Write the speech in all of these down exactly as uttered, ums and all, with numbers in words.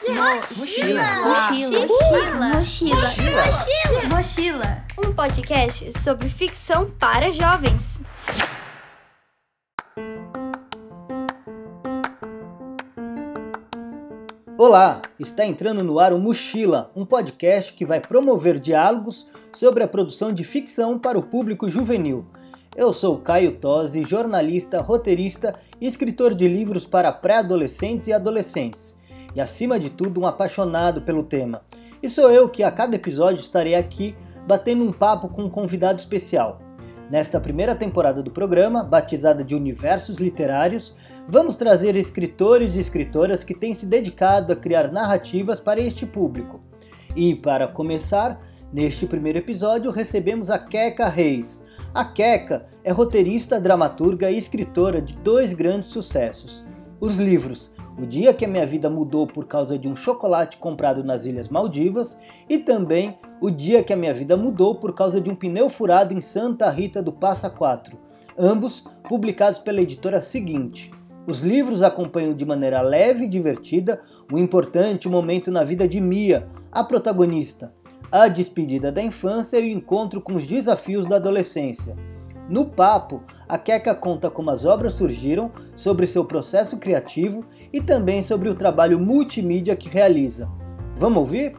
Mochila. Mochila. Mochila. Mochila. Mochila. Um podcast sobre ficção para jovens. Olá, está entrando no ar o Mochila, um podcast que vai promover diálogos sobre a produção de ficção para o público juvenil. Eu sou Caio Tosi, jornalista, roteirista e escritor de livros para pré-adolescentes e adolescentes. E acima de tudo, um apaixonado pelo tema. E sou eu que a cada episódio estarei aqui batendo um papo com um convidado especial. Nesta primeira temporada do programa, batizada de Universos Literários, vamos trazer escritores e escritoras que têm se dedicado a criar narrativas para este público. E, para começar, neste primeiro episódio recebemos a Queca Reis. A Queca é roteirista, dramaturga e escritora de dois grandes sucessos. Os livros O Dia que a Minha Vida Mudou por Causa de um Chocolate Comprado nas Ilhas Maldivas e também O Dia que a Minha Vida Mudou por Causa de um Pneu Furado em Santa Rita do Passa Quatro, ambos publicados pela editora Seguinte. Os livros acompanham de maneira leve e divertida um importante momento na vida de Mia, a protagonista, a despedida da infância e o encontro com os desafios da adolescência. No papo, a Queca conta como as obras surgiram, sobre seu processo criativo e também sobre o trabalho multimídia que realiza. Vamos ouvir?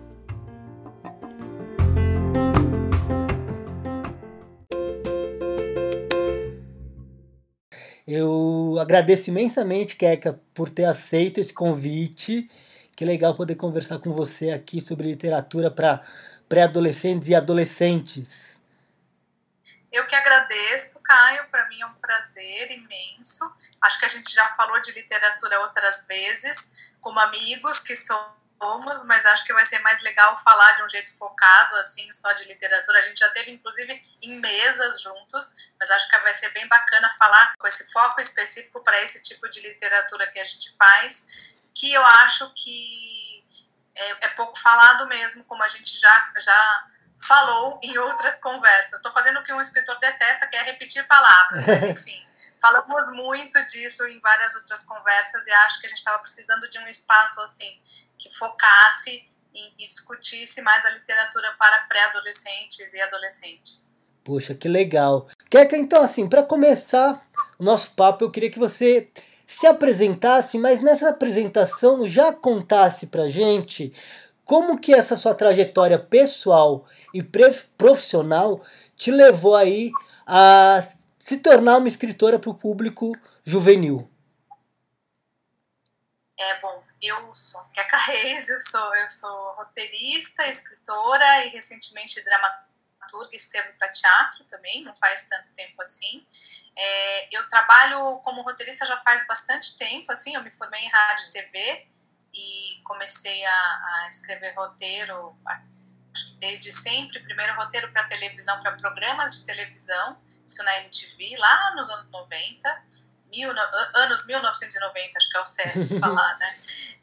Eu agradeço imensamente, Queca, por ter aceito esse convite. Que legal poder conversar com você aqui sobre literatura para pré-adolescentes e adolescentes. Eu que agradeço, Caio, para mim é um prazer imenso. Acho que a gente já falou de literatura outras vezes, como amigos que somos, mas acho que vai ser mais legal falar de um jeito focado, assim, só de literatura. A gente já teve, inclusive, em mesas juntos, mas acho que vai ser bem bacana falar com esse foco específico para esse tipo de literatura que a gente faz, que eu acho que é, é pouco falado mesmo, como a gente já, já falou em outras conversas. Estou fazendo o que um escritor detesta, que é repetir palavras, mas enfim, falamos muito disso em várias outras conversas e acho que a gente estava precisando de um espaço assim, que focasse e, e discutisse mais a literatura para pré-adolescentes e adolescentes. Poxa, que legal. Queca, então assim, para começar o nosso papo, eu queria que você se apresentasse, mas nessa apresentação já contasse pra gente como que essa sua trajetória pessoal e profissional te levou aí a se tornar uma escritora para o público juvenil. É, bom, eu sou Queca Reis, eu sou, eu sou roteirista, escritora e recentemente dramaturga, escrevo para teatro também, não faz tanto tempo assim. É, eu trabalho como roteirista já faz bastante tempo, assim, eu me formei em rádio e T V e comecei a, a escrever roteiro, acho que desde sempre, primeiro roteiro para televisão, para programas de televisão, isso na M T V, lá nos anos noventa, mil, anos mil novecentos e noventa, acho que é o certo de falar, né?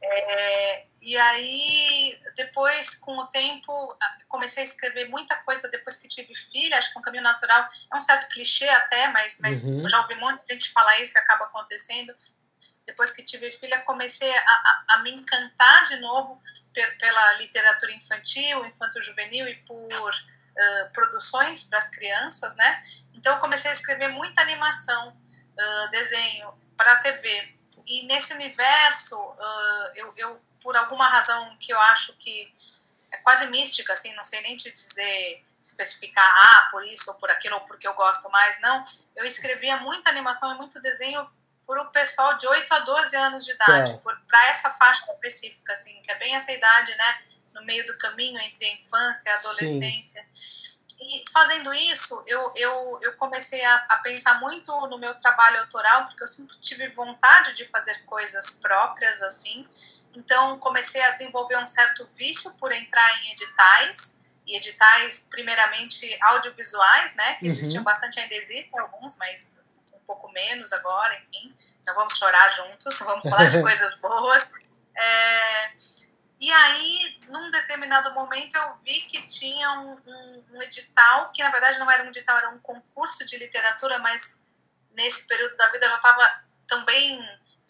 É, e aí, depois, com o tempo, comecei a escrever muita coisa depois que tive filha, acho que é um caminho natural, é um certo clichê até, mas, mas uhum. Eu já ouvi um monte de gente falar isso e acaba acontecendo. Depois que tive filha, comecei a, a, a me encantar de novo per, pela literatura infantil, infanto-juvenil e por uh, produções para as crianças, né? Então, eu comecei a escrever muita animação, uh, desenho para a T V. E nesse universo, uh, eu, eu, por alguma razão que eu acho que é quase mística, assim, não sei nem te dizer, especificar, ah, por isso ou por aquilo, ou porque eu gosto mais, não. Eu escrevia muita animação e muito desenho para o pessoal de oito a doze anos de idade, é. Para essa faixa específica, assim, que é bem essa idade, né, no meio do caminho entre a infância e a adolescência. Sim. E fazendo isso, eu, eu, eu comecei a, a pensar muito no meu trabalho autoral, porque eu sempre tive vontade de fazer coisas próprias, assim. Então, comecei a desenvolver um certo vício por entrar em editais, e editais, primeiramente, audiovisuais, né, que existiam uhum. bastante, ainda existem alguns, mas um pouco menos agora, enfim. Não vamos chorar juntos, vamos falar de coisas boas. É... E aí, num determinado momento, eu vi que tinha um, um, um edital, que na verdade não era um edital, era um concurso de literatura, mas nesse período da vida eu já estava também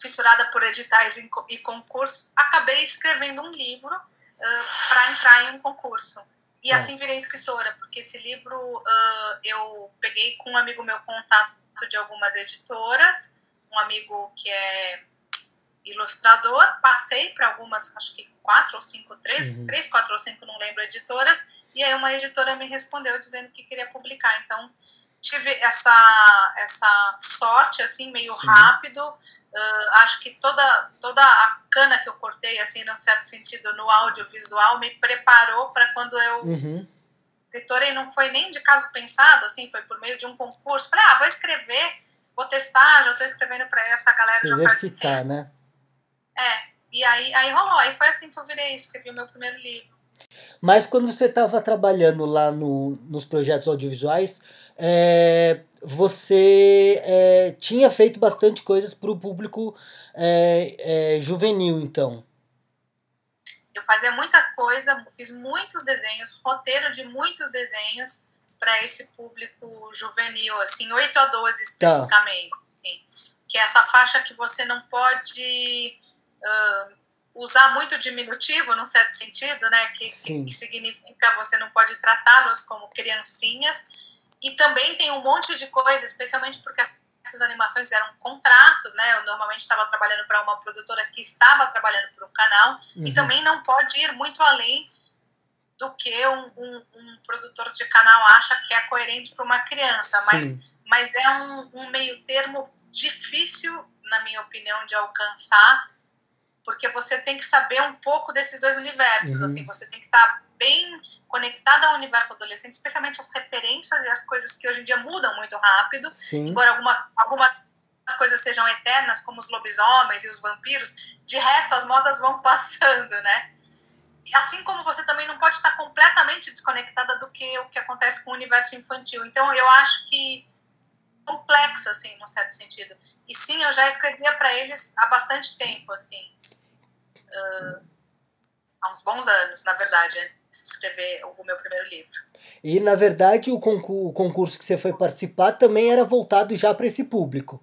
fissurada por editais e concursos, acabei escrevendo um livro uh, para entrar em um concurso. E ah. assim virei escritora, porque esse livro uh, eu peguei com um amigo meu contato de algumas editoras, um amigo que é ilustrador, passei para algumas, acho que quatro ou cinco, três, uhum. três, quatro ou cinco, não lembro, editoras, e aí uma editora me respondeu dizendo que queria publicar. Então, tive essa, essa sorte, assim, meio Sim. rápido. Uh, acho que toda, toda a cana que eu cortei, assim, num certo sentido, no audiovisual, me preparou para quando eu... Uhum. Escritora, e não foi nem de caso pensado, assim, foi por meio de um concurso. Falei, ah, vou escrever, vou testar, já estou escrevendo para essa galera. Exercitar, né? É, e aí, aí rolou, aí foi assim que eu virei, escrevi o meu primeiro livro. Mas quando você estava trabalhando lá no, nos projetos audiovisuais, é, você é, tinha feito bastante coisas para o público é, é, juvenil, então? Eu fazia muita coisa, fiz muitos desenhos, roteiro de muitos desenhos para esse público juvenil, assim, oito a doze especificamente. Tá. Assim, que é essa faixa que você não pode... Uh, usar muito diminutivo, num certo sentido, né, que, que, que significa você não pode tratá-los como criancinhas, e também tem um monte de coisa, especialmente porque essas animações eram contratos, né, eu normalmente estava trabalhando para uma produtora que estava trabalhando para um canal, uhum. e também não pode ir muito além do que um, um, um produtor de canal acha que é coerente para uma criança, mas, mas é um, um meio termo difícil, na minha opinião, de alcançar, porque você tem que saber um pouco desses dois universos, uhum. assim, você tem que estar bem conectado ao universo adolescente, especialmente as referências e as coisas que hoje em dia mudam muito rápido, Sim. embora alguma, algumas coisas sejam eternas, como os lobisomens e os vampiros, de resto as modas vão passando, né? E assim como você também não pode estar completamente desconectada do que o que acontece com o universo infantil. Então eu acho que complexo, assim, num certo sentido. E sim, eu já escrevia para eles há bastante tempo, assim. Uh, há uns bons anos, na verdade, antes de escrever o meu primeiro livro. E, na verdade, o concurso, o concurso que você foi participar também era voltado já para esse público?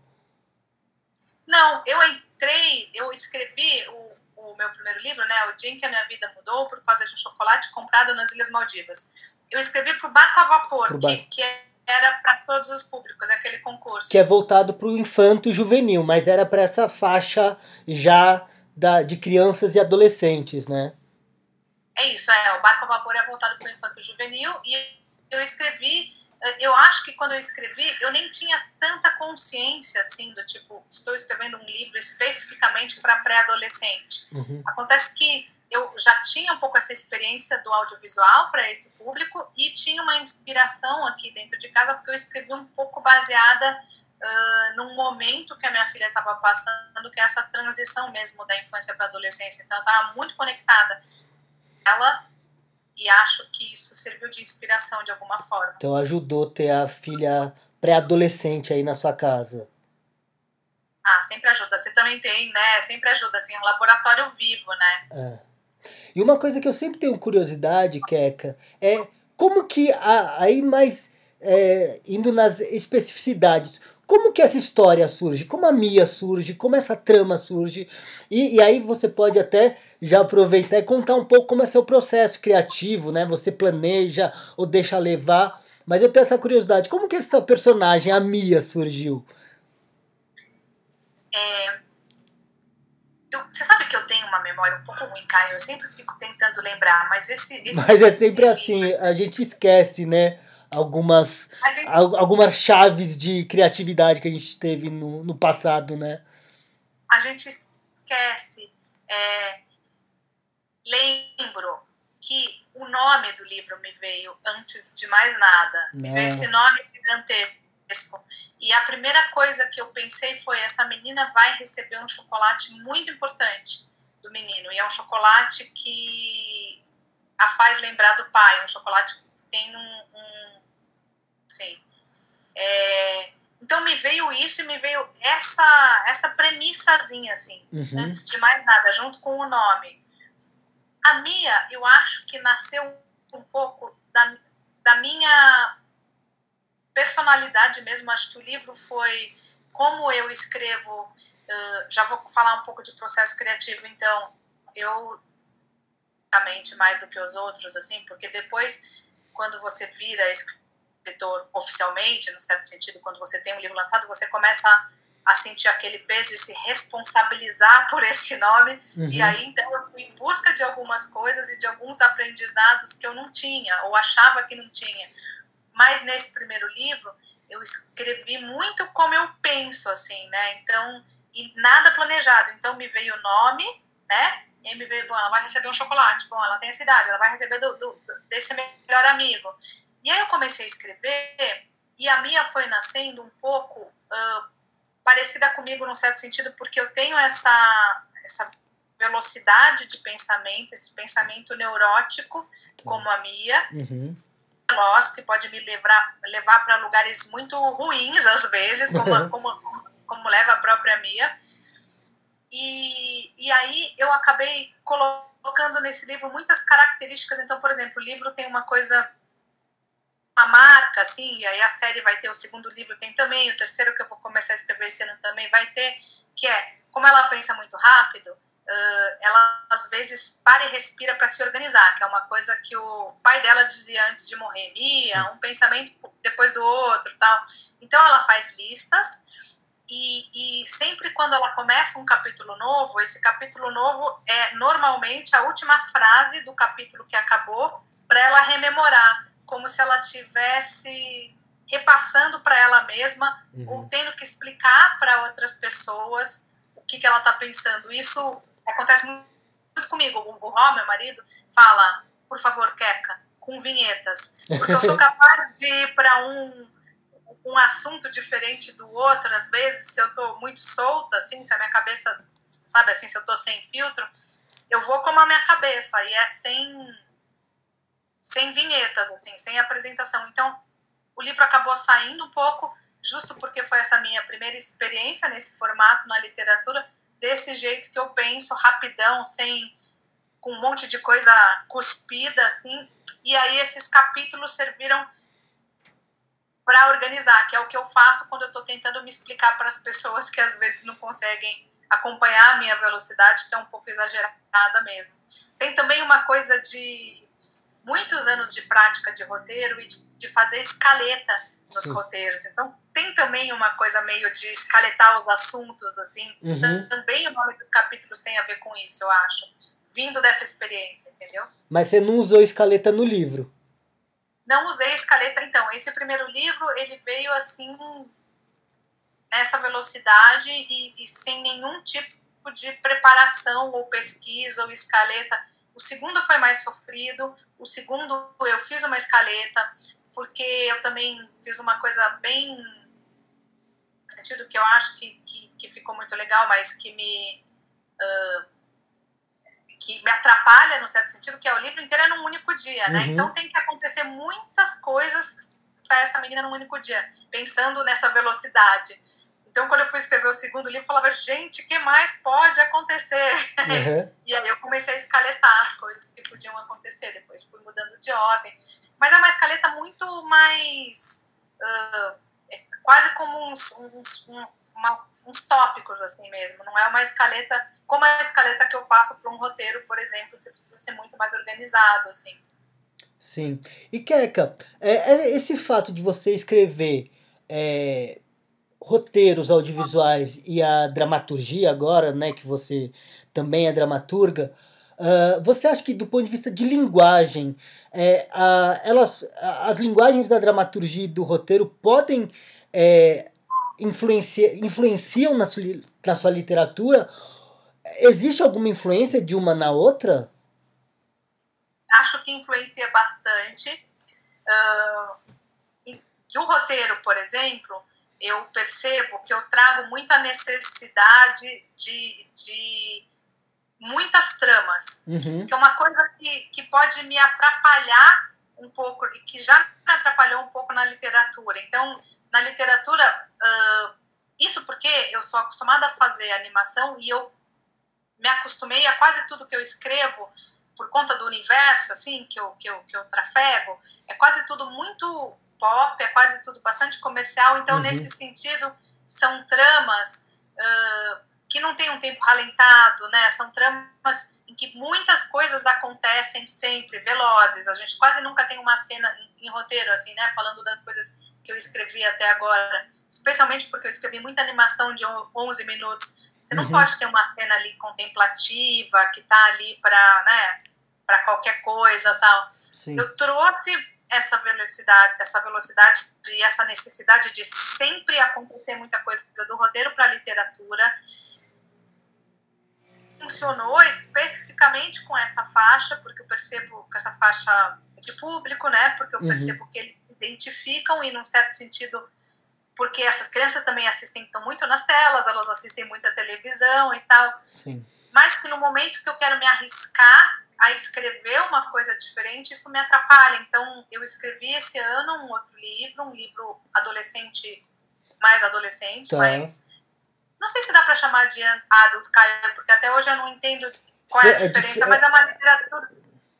Não, eu entrei, eu escrevi o, o meu primeiro livro, né, O Dia em que a Minha Vida Mudou, por causa de um chocolate comprado nas Ilhas Maldivas. Eu escrevi para o Barco a Vapor, bar... que, que era para todos os públicos, aquele concurso. Que é voltado para o infanto juvenil, mas era para essa faixa já... Da, de crianças e adolescentes, né? É isso, é. O Barco a Vapor é voltado para o infanto juvenil e eu escrevi, eu acho que quando eu escrevi, eu nem tinha tanta consciência, assim, do tipo, estou escrevendo um livro especificamente para pré-adolescente. Uhum. Acontece que eu já tinha um pouco essa experiência do audiovisual para esse público e tinha uma inspiração aqui dentro de casa, porque eu escrevi um pouco baseada... Uh, num momento que a minha filha estava passando, que é essa transição mesmo da infância para a adolescência. Então eu estava muito conectada com ela e acho que isso serviu de inspiração de alguma forma. Então ajudou ter a filha pré-adolescente aí na sua casa. Ah, sempre ajuda. Você também tem, né? Sempre ajuda, assim, um laboratório vivo, né? É. E uma coisa que eu sempre tenho curiosidade, Keka, é como que, a, aí mais é, indo nas especificidades, como que essa história surge? Como a Mia surge? Como essa trama surge? E, e aí você pode até já aproveitar e contar um pouco como é seu processo criativo, né? Você planeja ou deixa levar. Mas eu tenho essa curiosidade. Como que essa personagem, a Mia, surgiu? É, eu, você sabe que eu tenho uma memória um pouco ruim, Caio. Eu sempre fico tentando lembrar, mas esse... esse mas é sempre assim, a gente esquece, né? Algumas, gente, algumas chaves de criatividade que a gente teve no, no passado, né? A gente esquece. É, lembro que o nome do livro me veio antes de mais nada. Me veio esse nome gigantesco. E a primeira coisa que eu pensei foi: essa menina vai receber um chocolate muito importante do menino. E é um chocolate que a faz lembrar do pai. Um chocolate que tem um... um Sim. É, então me veio isso e me veio essa, essa premissazinha, assim, uhum. antes de mais nada, junto com o nome. A Mia, eu acho que nasceu um pouco da, da minha personalidade mesmo. Acho que o livro foi como eu escrevo, uh, já vou falar um pouco de processo criativo, então, eu, mais do que os outros, assim, porque depois, quando você vira escritor oficialmente, no certo sentido, quando você tem um livro lançado, você começa a, a sentir aquele peso e se responsabilizar por esse nome, uhum. E aí, então, eu fui em busca de algumas coisas e de alguns aprendizados que eu não tinha, ou achava que não tinha. Mas nesse primeiro livro, eu escrevi muito como eu penso, assim, né? Então, e nada planejado. Então, me veio o nome, né? E aí me veio, bom, ela vai receber um chocolate. Bom, ela tem essa idade, ela vai receber do, do, desse melhor amigo. E aí eu comecei a escrever, e a minha foi nascendo um pouco uh, parecida comigo, num certo sentido, porque eu tenho essa, essa velocidade de pensamento, esse pensamento neurótico, tá. Como a minha. Uhum. Que pode me levar, levar para lugares muito ruins, às vezes, como, como, como leva a própria Mia. E, e aí eu acabei colocando nesse livro muitas características. Então, por exemplo, o livro tem uma coisa, uma marca, assim, e aí a série vai ter, o segundo livro tem também, o terceiro que eu vou começar a escrever esse ano também vai ter, que é, como ela pensa muito rápido, Uh, ela às vezes para e respira para se organizar, que é uma coisa que o pai dela dizia antes de morrer, Mia, um pensamento depois do outro, tal. Então ela faz listas e, e sempre quando ela começa um capítulo novo, esse capítulo novo é normalmente a última frase do capítulo que acabou, para ela rememorar, como se ela tivesse repassando para ela mesma, uhum. Ou tendo que explicar para outras pessoas o que, que ela está pensando. Isso acontece muito comigo. O Ró, meu marido, fala, por favor, Queca, com vinhetas. Porque eu sou capaz de ir para um, um assunto diferente do outro, às vezes, se eu estou muito solta, assim, se a minha cabeça, sabe assim, se eu estou sem filtro, eu vou como a minha cabeça, e é sem, sem vinhetas, assim, sem apresentação. Então, o livro acabou saindo um pouco, justo porque foi essa minha primeira experiência nesse formato na literatura, desse jeito que eu penso, rapidão, sem, com um monte de coisa cuspida, assim, e aí esses capítulos serviram para organizar, que é o que eu faço quando eu estou tentando me explicar para as pessoas que às vezes não conseguem acompanhar a minha velocidade, que é um pouco exagerada mesmo. Tem também uma coisa de muitos anos de prática de roteiro e de, de fazer escaleta nos Sim. roteiros, então tem também uma coisa meio de escaletar os assuntos, assim, uhum. Também o nome dos capítulos tem a ver com isso, eu acho, vindo dessa experiência, entendeu? Mas você não usou escaleta no livro? Não usei escaleta, então, esse primeiro livro, ele veio assim, nessa velocidade e, e sem nenhum tipo de preparação ou pesquisa ou escaleta. O segundo foi mais sofrido, o segundo eu fiz uma escaleta, porque eu também fiz uma coisa bem, no sentido que eu acho que, que, que ficou muito legal, mas que me, uh, que me atrapalha, no certo sentido, que é o livro inteiro é num único dia, né? Uhum. Então tem que acontecer muitas coisas para essa menina num único dia, pensando nessa velocidade. Então, quando eu fui escrever o segundo livro, eu falava, gente, o que mais pode acontecer? Uhum. E aí eu comecei a escaletar as coisas que podiam acontecer, depois fui mudando de ordem. Mas é uma escaleta muito mais... Uh, é quase como uns, uns, uns, umas, uns tópicos, assim mesmo. Não é uma escaleta como a escaleta que eu faço para um roteiro, por exemplo, que precisa ser muito mais organizado, assim. Sim. E, Queca, é, esse fato de você escrever... É... roteiros audiovisuais e a dramaturgia agora, né, que você também é dramaturga, uh, você acha que do ponto de vista de linguagem, é, a, elas, as linguagens da dramaturgia e do roteiro podem é, influenciar, influenciam na sua, na sua literatura? Existe alguma influência de uma na outra? Acho que influencia bastante. Uh, do roteiro, por exemplo, eu percebo que eu trago muita necessidade de, de muitas tramas, uhum. Que é uma coisa que, que pode me atrapalhar um pouco, e que já me atrapalhou um pouco na literatura. Então, na literatura, uh, isso porque eu sou acostumada a fazer animação e eu me acostumei a quase tudo que eu escrevo, por conta do universo, assim, que eu, que eu, que eu trafego, é quase tudo muito... pop, é quase tudo bastante comercial, então uhum. Nesse sentido são tramas uh, que não têm um tempo ralentado, né? São tramas em que muitas coisas acontecem sempre, velozes. A gente quase nunca tem uma cena em, em roteiro, assim, né? Falando das coisas que eu escrevi até agora, especialmente porque eu escrevi muita animação de onze minutos. Você não uhum. pode ter uma cena ali contemplativa, que tá ali para, né, para qualquer coisa, tal. Sim. Eu trouxe essa velocidade, essa velocidade e essa necessidade de sempre acontecer muita coisa do roteiro para a literatura. Funcionou especificamente com essa faixa, porque eu percebo que essa faixa de público, né? Porque eu uhum. percebo que eles se identificam e, num certo sentido, porque essas crianças também assistem tão muito nas telas, elas assistem muita televisão e tal. Sim. Mas que no momento que eu quero me arriscar a escrever uma coisa diferente, isso me atrapalha. Então, eu escrevi esse ano um outro livro, um livro adolescente, mais adolescente, tá. mas não sei se dá para chamar de adult, Caio, porque até hoje eu não entendo qual é a diferença, é, mas é uma literatura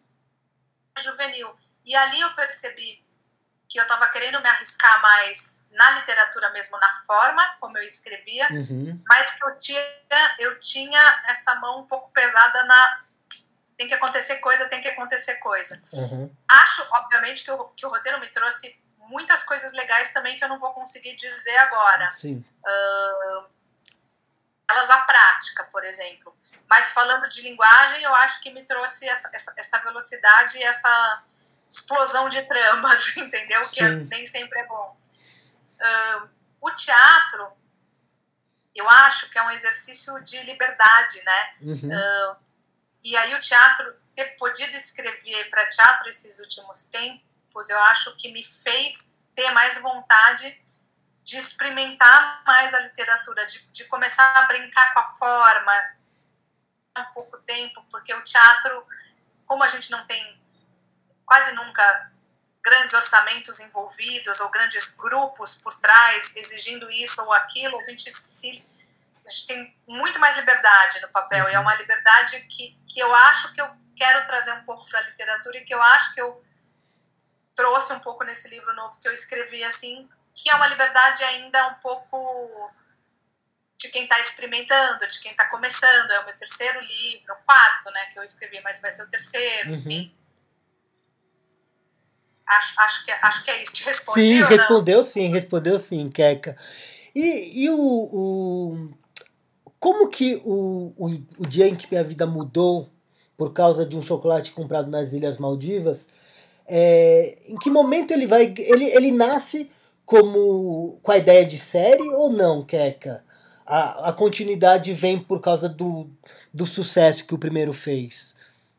juvenil. E ali eu percebi que eu estava querendo me arriscar mais na literatura mesmo, na forma como eu escrevia, uhum. mas que eu tinha, eu tinha essa mão um pouco pesada na... Tem que acontecer coisa, tem que acontecer coisa. Uhum. Acho, obviamente, que o, que o roteiro me trouxe muitas coisas legais também que eu não vou conseguir dizer agora. Sim. Uh, elas à prática, por exemplo. Mas falando de linguagem, eu acho que me trouxe essa, essa, essa velocidade e essa explosão de tramas, entendeu? Sim. Que nem sempre é bom. Uh, o teatro, eu acho que é um exercício de liberdade, né? Uhum. Uh, e aí o teatro, ter podido escrever para teatro esses últimos tempos, eu acho que me fez ter mais vontade de experimentar mais a literatura, de, de começar a brincar com a forma, há pouco tempo, porque o teatro, como a gente não tem quase nunca grandes orçamentos envolvidos ou grandes grupos por trás exigindo isso ou aquilo, a gente, se, a gente tem muito mais liberdade no papel, e é uma liberdade que, que eu acho que eu quero trazer um pouco para a literatura e que eu acho que eu trouxe um pouco nesse livro novo que eu escrevi, assim, que é uma liberdade ainda um pouco de quem está experimentando, de quem está começando. É o meu terceiro livro, o quarto, né, que eu escrevi, mas vai ser o terceiro, uhum. enfim. Acho, acho, que, acho que é isso. Te respondi sim, ou respondeu não? sim, respondeu sim, Queca. E, e o, o... Como que o, o, o dia em que minha vida mudou por causa de um chocolate comprado nas Ilhas Maldivas, é, em que momento ele vai... Ele, ele nasce como com a ideia de série ou não, Queca? A, a continuidade vem por causa do, do sucesso que o primeiro fez.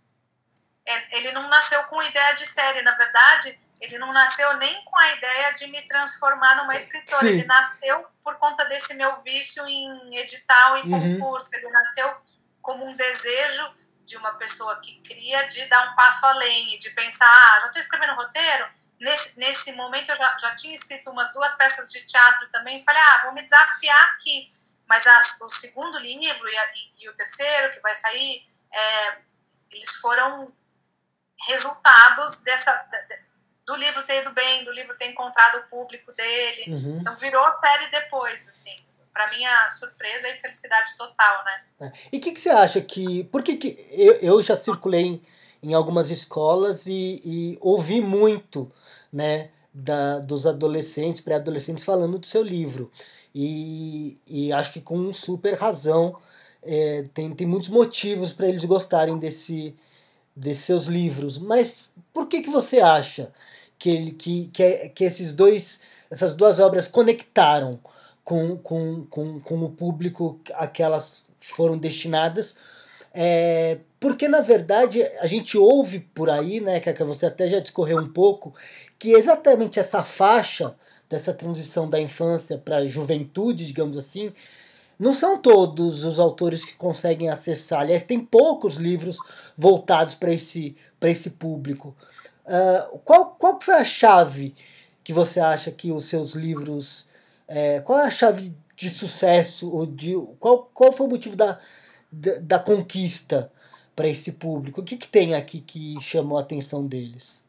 É, ele não nasceu com ideia de série, na verdade, ele não nasceu nem com a ideia de me transformar numa escritora. Sim. Ele nasceu por conta desse meu vício em edital e uhum. concurso. Ele nasceu como um desejo de uma pessoa que cria de dar um passo além e de pensar, ah, já estou escrevendo roteiro. Nesse, nesse momento eu já, já tinha escrito umas duas peças de teatro também. Falei, ah, vou me desafiar aqui. Mas as, o segundo livro e, a, e, e o terceiro que vai sair, é, eles foram resultados dessa, de, do livro ter ido bem, do livro ter encontrado o público dele. Uhum. Então virou série depois, assim. Pra mim, a surpresa e felicidade total, né? É. E o que, que você acha que... Por que que... Eu, eu já circulei em, em algumas escolas e, e ouvi muito, né, da, dos adolescentes, pré-adolescentes falando do seu livro. E, e acho que com super razão. É, tem, tem muitos motivos para eles gostarem desse, desses seus livros. Mas por que, que você acha que, ele, que, que, que esses dois, essas duas obras conectaram com, com, com, com o público a que elas foram destinadas? É, porque, na verdade, a gente ouve por aí, né, que você até já discorreu um pouco, que exatamente essa faixa dessa transição da infância para a juventude, digamos assim, não são todos os autores que conseguem acessar. Aliás, tem poucos livros voltados para esse, para esse público. Uh, qual, qual foi a chave que você acha que os seus livros... É, qual é a chave de sucesso? Ou de, qual, qual foi o motivo da, da, da conquista para esse público? O que, que tem aqui que chamou a atenção deles?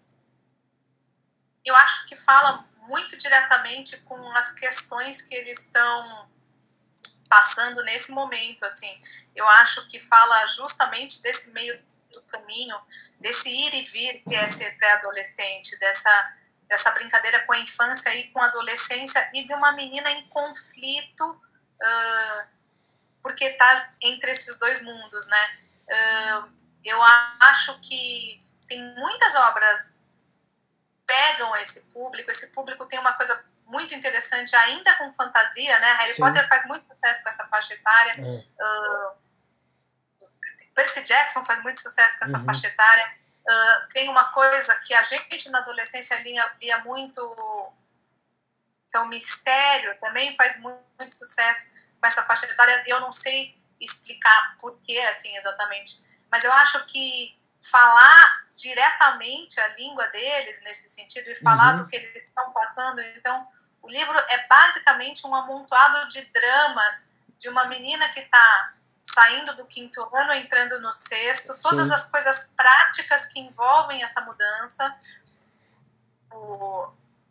Eu acho que fala muito diretamente com as questões que eles estão passando nesse momento, assim. Eu acho que fala justamente desse meio do caminho, desse ir e vir que é ser pré-adolescente, dessa, dessa brincadeira com a infância e com a adolescência, e de uma menina em conflito, uh, porque está entre esses dois mundos, né? Uh, eu acho que tem muitas obras que pegam esse público, esse público tem uma coisa muito interessante, ainda com fantasia, né? Harry Sim. Potter faz muito sucesso com essa faixa etária, é. uh, Percy Jackson faz muito sucesso com essa uhum. faixa etária. Uh, tem uma coisa que a gente na adolescência lia, lia muito, então Mistério também faz muito, muito sucesso com essa faixa etária. Eu não sei explicar por que, assim, exatamente, mas eu acho que falar diretamente a língua deles nesse sentido e falar uhum. do que eles estão passando, então o livro é basicamente um amontoado de dramas de uma menina que está saindo do quinto ano, entrando no sexto, Sim. todas as coisas práticas que envolvem essa mudança, o,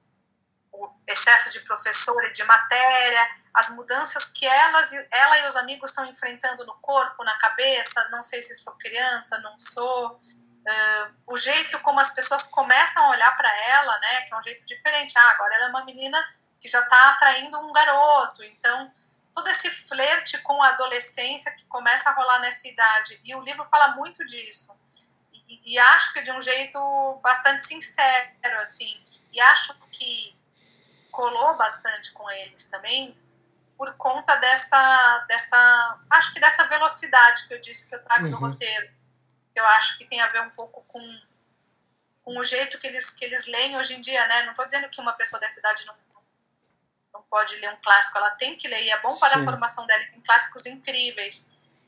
o excesso de professor e de matéria, as mudanças que elas, ela e os amigos estão enfrentando no corpo, na cabeça, não sei se sou criança, não sou, uh, o jeito como as pessoas começam a olhar para ela, né, que é um jeito diferente, ah, agora ela é uma menina que já está atraindo um garoto, então todo esse flerte com a adolescência que começa a rolar nessa idade, e o livro fala muito disso, e, e acho que de um jeito bastante sincero, assim, e acho que colou bastante com eles também, por conta dessa, dessa, acho que dessa velocidade que eu disse que eu trago uhum. no roteiro, eu acho que tem a ver um pouco com, com o jeito que eles, que eles leem hoje em dia, né, não estou dizendo que uma pessoa dessa idade não não pode ler um clássico, ela tem que ler, e é bom para Sim. a formação dela, tem clássicos incríveis,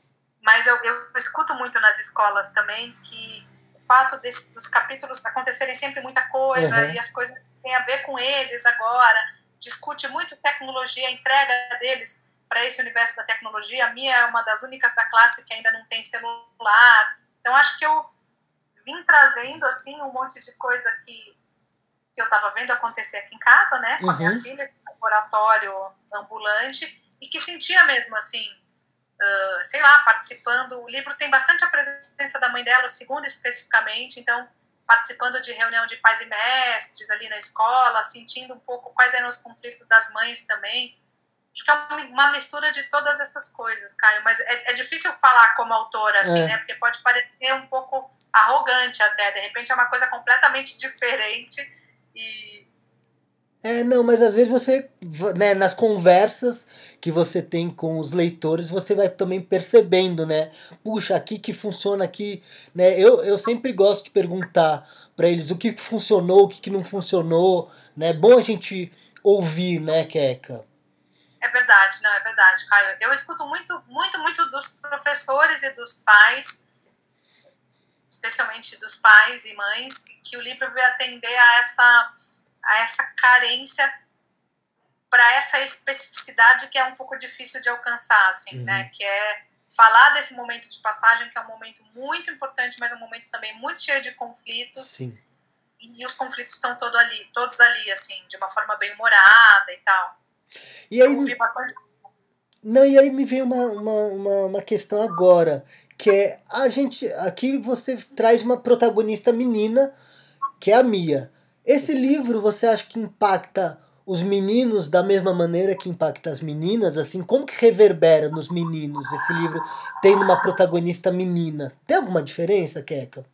mas eu, eu escuto muito nas escolas também que o fato desse, dos capítulos acontecerem sempre muita coisa, uhum. e as coisas têm a ver com eles agora, discute muito tecnologia, a entrega deles para esse universo da tecnologia. A minha é uma das únicas da classe que ainda não tem celular, então acho que eu vim trazendo assim um monte de coisa que que eu estava vendo acontecer aqui em casa, né, com a minha uhum. filha, esse laboratório ambulante, e que sentia mesmo, assim, uh, sei lá, participando. O livro tem bastante a presença da mãe dela, o segundo especificamente, então, participando de reunião de pais e mestres ali na escola, sentindo um pouco quais eram os conflitos das mães também. Acho que é uma mistura de todas essas coisas, Caio, mas é, é difícil falar como autora, assim, é. né, porque pode parecer um pouco arrogante até, de repente é uma coisa completamente diferente. E... É, não, mas às vezes você, né, nas conversas que você tem com os leitores, você vai também percebendo, né, puxa, aqui que funciona aqui, né, eu, eu sempre gosto de perguntar para eles o que funcionou, o que, que não funcionou, né, é bom a gente ouvir, né, Keka? É verdade, não, é verdade, Caio. Eu escuto muito, muito, muito dos professores e dos pais, especialmente dos pais e mães, que o livro vai atender a essa, a essa carência para essa especificidade que é um pouco difícil de alcançar, assim, uhum. né? Que é falar desse momento de passagem, que é um momento muito importante, mas é um momento também muito cheio de conflitos. Sim. E, e os conflitos estão todo ali, todos ali, assim, de uma forma bem humorada e tal. E aí, não, e aí me vem uma, uma, uma, uma questão agora, que é, a gente, aqui você traz uma protagonista menina, que é a Mia. Esse livro, você acha que impacta os meninos da mesma maneira que impacta as meninas? Assim, como que reverbera nos meninos esse livro tendo uma protagonista menina? Tem alguma diferença, Keka?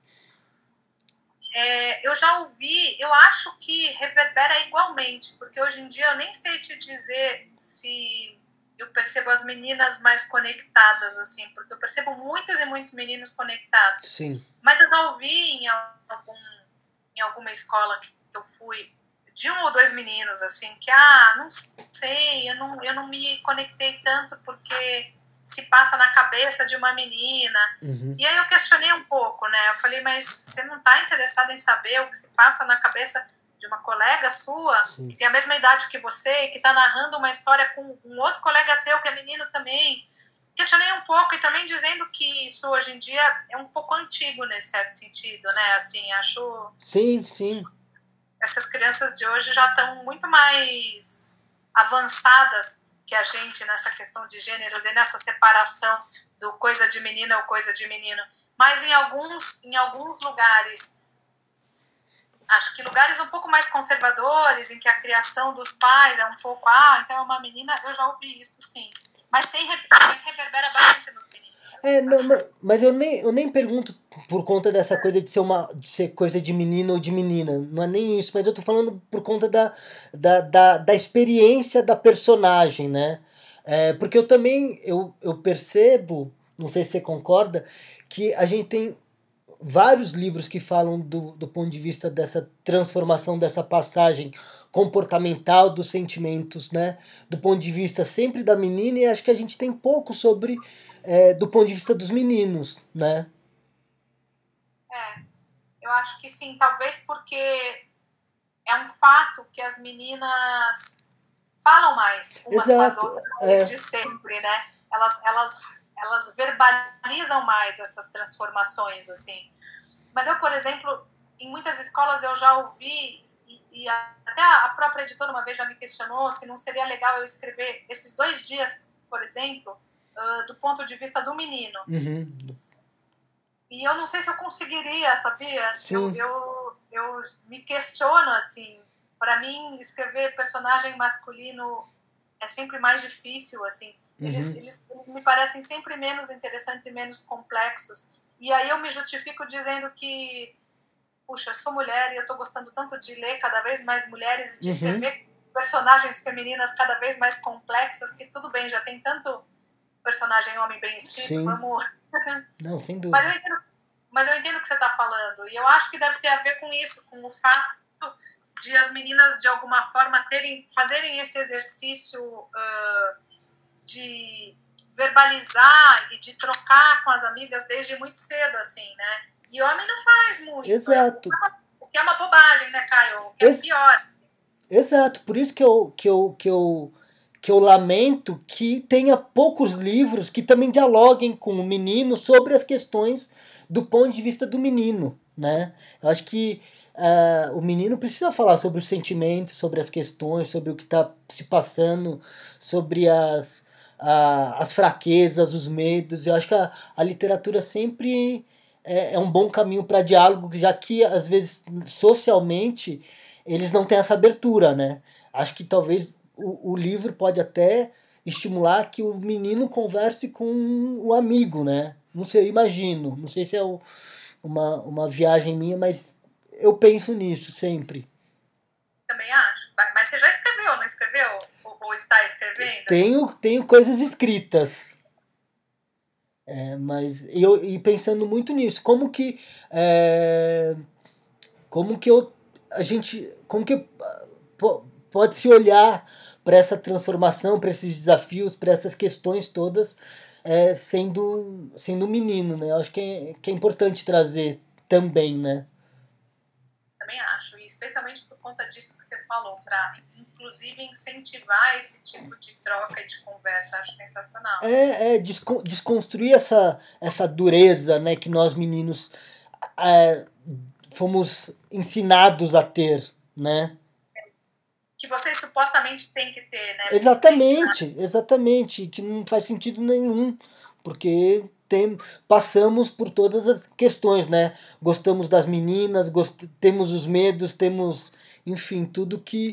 É, eu já ouvi, eu acho que reverbera igualmente, porque hoje em dia eu nem sei te dizer se... eu percebo as meninas mais conectadas, assim, porque eu percebo muitos e muitos meninos conectados. Sim. Mas eu já ouvi em, algum, em alguma escola que eu fui, de um ou dois meninos, assim, que, ah, não sei, eu não, eu não me conectei tanto porque se passa na cabeça de uma menina. Uhum. E aí eu questionei um pouco, né? Eu falei, mas você não está interessado em saber o que se passa na cabeça de uma colega sua, Sim. que tem a mesma idade que você, que está narrando uma história com um outro colega seu, que é menino também. Questionei um pouco, e também dizendo que isso hoje em dia é um pouco antigo nesse certo sentido, né? Assim, acho... Sim, sim. Essas crianças de hoje já estão muito mais avançadas que a gente, nessa questão de gêneros e nessa separação do coisa de menina ou coisa de menino. Mas em alguns, em alguns lugares, acho que lugares um pouco mais conservadores, em que a criação dos pais é um pouco, ah, então é uma menina, eu já ouvi isso sim. Mas tem, mas reverbera bastante nos meninos. É, não, mas eu nem, eu nem pergunto por conta dessa coisa de ser, uma, de ser coisa de menino ou de menina. Não é nem isso, mas eu tô falando por conta da, da, da, da experiência da personagem, né? É, porque eu também eu, eu percebo, não sei se você concorda, que a gente tem vários livros que falam do, do ponto de vista dessa transformação, dessa passagem comportamental dos sentimentos, né? Do ponto de vista sempre da menina, e acho que a gente tem pouco sobre... É, do ponto de vista dos meninos, né? É, eu acho que sim, talvez porque é um fato que as meninas falam mais umas Exato, com as outras desde é. sempre, né? Elas, elas, elas verbalizam mais essas transformações, assim. Mas eu, por exemplo, em muitas escolas eu já ouvi, e, e até a própria editora uma vez já me questionou se não seria legal eu escrever esses dois dias, por exemplo, Uh, do ponto de vista do menino. Uhum. E eu não sei se eu conseguiria, sabia? Sim. Eu, eu, eu me questiono, assim, para mim escrever personagem masculino é sempre mais difícil, assim. Uhum. Eles, eles me parecem sempre menos interessantes e menos complexos. E aí eu me justifico dizendo que, puxa, eu sou mulher e eu tô gostando tanto de ler cada vez mais mulheres e de Uhum. escrever personagens femininas cada vez mais complexas, que tudo bem, já tem tanto personagem homem bem escrito, Sim. vamos... Não, sem dúvida. Mas eu entendo, mas eu entendo o que você está falando, e eu acho que deve ter a ver com isso, com o fato de as meninas, de alguma forma, terem, fazerem esse exercício uh, de verbalizar e de trocar com as amigas desde muito cedo, assim, né? E o homem não faz muito. Exato. O que é uma bobagem, né, Caio? O que é Ex- pior. Exato, por isso que eu... Que eu, que eu... que eu lamento que tenha poucos livros que também dialoguem com o menino sobre as questões do ponto de vista do menino, né? Eu acho que uh, o menino precisa falar sobre os sentimentos, sobre as questões, sobre o que está se passando, sobre as, uh, as fraquezas, os medos. Eu acho que a, a literatura sempre é, é um bom caminho para diálogo, já que, às vezes, socialmente, eles não têm essa abertura, né? Acho que talvez... O, o livro pode até estimular que o menino converse com o amigo, né? Não sei, eu imagino. Não sei se é o, uma, uma viagem minha, mas eu penso nisso sempre. Também acho. Mas você já escreveu, não escreveu? Ou, ou está escrevendo? Tenho, tenho coisas escritas. É, mas eu e pensando muito nisso, como que é, como que eu a gente como que pode se olhar para essa transformação, para esses desafios, para essas questões todas, é, sendo, sendo menino, né? Eu acho que é, que é importante trazer também, né? Também acho, e especialmente por conta disso que você falou, para inclusive incentivar esse tipo de troca e de conversa, acho sensacional. É, é descon- desconstruir essa, essa dureza, né, que nós meninos é, fomos ensinados a ter, né? Que vocês supostamente têm que ter, né? Exatamente, exatamente, que não faz sentido nenhum, porque tem, passamos por todas as questões, né? Gostamos das meninas, gost, temos os medos, temos, enfim, tudo que,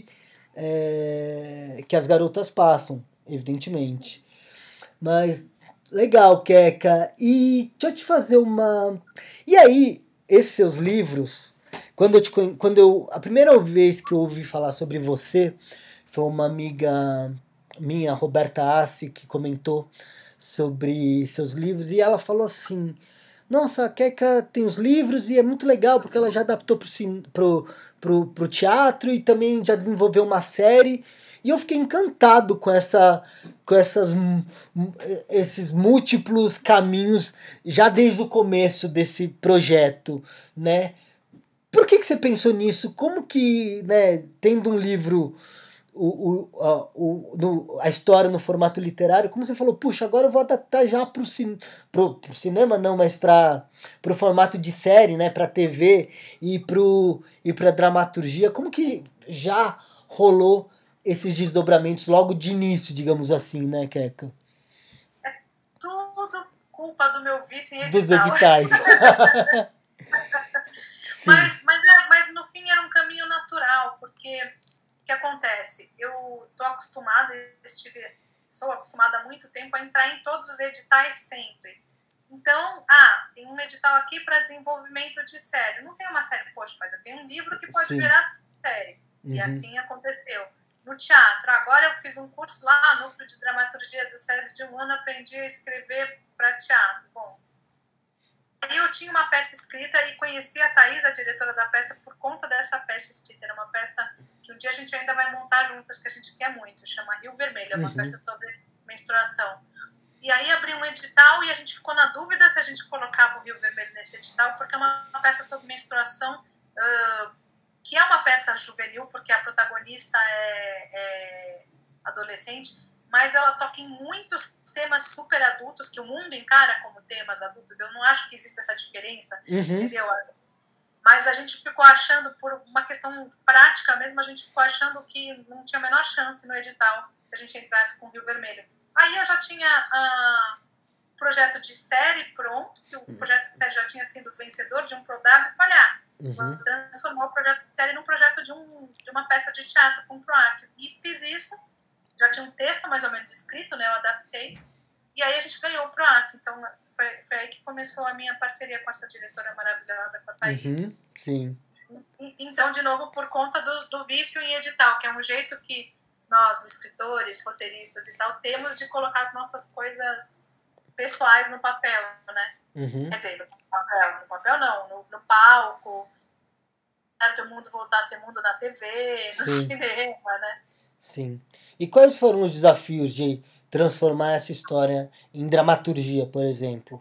é, que as garotas passam, evidentemente. Mas, legal, Keka, e deixa eu te fazer uma... E aí, esses seus livros, quando eu, te, quando eu a primeira vez que eu ouvi falar sobre você, foi uma amiga minha, Roberta Assi, que comentou sobre seus livros, e ela falou assim, nossa, a Keka tem os livros e é muito legal, porque ela já adaptou pro, pro, pro, pro teatro e também já desenvolveu uma série, e eu fiquei encantado com, essa, com essas, esses múltiplos caminhos, já desde o começo desse projeto, né? Por que, que você pensou nisso? Como que, né, tendo um livro... O, o, a, o, no, a história no formato literário, como você falou, puxa, agora eu vou adaptar já pro, cin, pro, pro cinema, não, mas para pro formato de série, né, pra T V e pro e pra dramaturgia, como que já rolou esses desdobramentos logo de início, digamos assim, né, Queca? É tudo culpa do meu vício em Dos edital. editais. mas, mas, é, mas no fim era um caminho natural, porque o que acontece? Eu tô acostumada, estive, sou acostumada há muito tempo a entrar em todos os editais sempre. Então, ah, tem um edital aqui para desenvolvimento de série. Não tem uma série, poxa, mas eu tenho um livro que pode Sim. virar série. Uhum. E assim aconteceu. No teatro, agora eu fiz um curso lá, Núcleo de Dramaturgia do SESI de um ano, aprendi a escrever para teatro. Bom, aí eu tinha uma peça escrita e conheci a Thaís, a diretora da peça, por conta dessa peça escrita. Era uma peça que um dia a gente ainda vai montar juntas, que a gente quer muito, chama Rio Vermelho, é uma uhum. peça sobre menstruação. E aí abri um edital e a gente ficou na dúvida se a gente colocava o Rio Vermelho nesse edital, porque é uma peça sobre menstruação, uh, que é uma peça juvenil, porque a protagonista é, é adolescente, mas ela toca em muitos temas super adultos, que o mundo encara como temas adultos. Eu não acho que existe essa diferença, uhum. entendeu? Mas a gente ficou achando, por uma questão prática mesmo, a gente ficou achando que não tinha a menor chance no edital se a gente entrasse com o Rio Vermelho. Aí eu já tinha uh, projeto de série pronto, que o uhum. projeto de série já tinha sido vencedor de um PRODAB, e falei, ah, uhum. vou transformar o projeto de série num projeto de, um, de uma peça de teatro com o PROAC. E fiz isso, já tinha um texto mais ou menos escrito, né, eu adaptei, e aí a gente ganhou o PROAC. Então foi, foi aí que começou a minha parceria com essa diretora maravilhosa, com a Thaís. Uhum. Sim. E, então, de novo, por conta do, do vício em edital, que é um jeito que nós, escritores, roteiristas e tal, temos de colocar as nossas coisas pessoais no papel, né? Uhum. Quer dizer, no papel, no papel não, no, no palco, certo, o mundo voltar a ser mundo na T V, no Sim. cinema, né? Sim. E quais foram os desafios de transformar essa história em dramaturgia, por exemplo?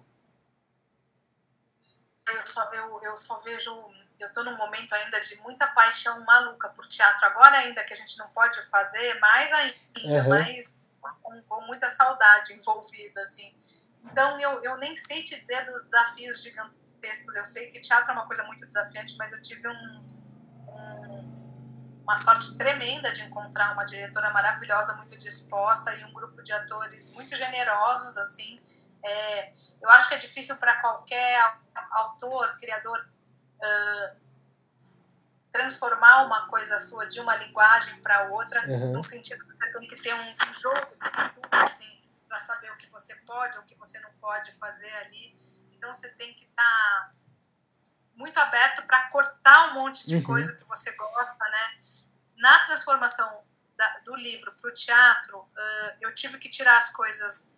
Eu só, eu, eu só vejo... Eu estou num momento ainda de muita paixão maluca por teatro. Agora ainda que a gente não pode fazer, mais ainda, uhum. mais com, com muita saudade envolvida, assim. Então, eu, eu nem sei te dizer dos desafios gigantescos. Eu sei que teatro é uma coisa muito desafiante, mas eu tive um, um, uma sorte tremenda de encontrar uma diretora maravilhosa, muito disposta, e um grupo de atores muito generosos, assim. É, eu acho que é difícil para qualquer autor, criador, Uh, transformar uma coisa sua de uma linguagem para outra, uhum. no sentido que você tem que ter um, um jogo de tudo, assim, para saber o que você pode ou o que você não pode fazer ali. Então você tem que estar tá muito aberto para cortar um monte de uhum. coisa que você gosta, né? Na transformação da, do livro para o teatro, uh, eu tive que tirar as coisas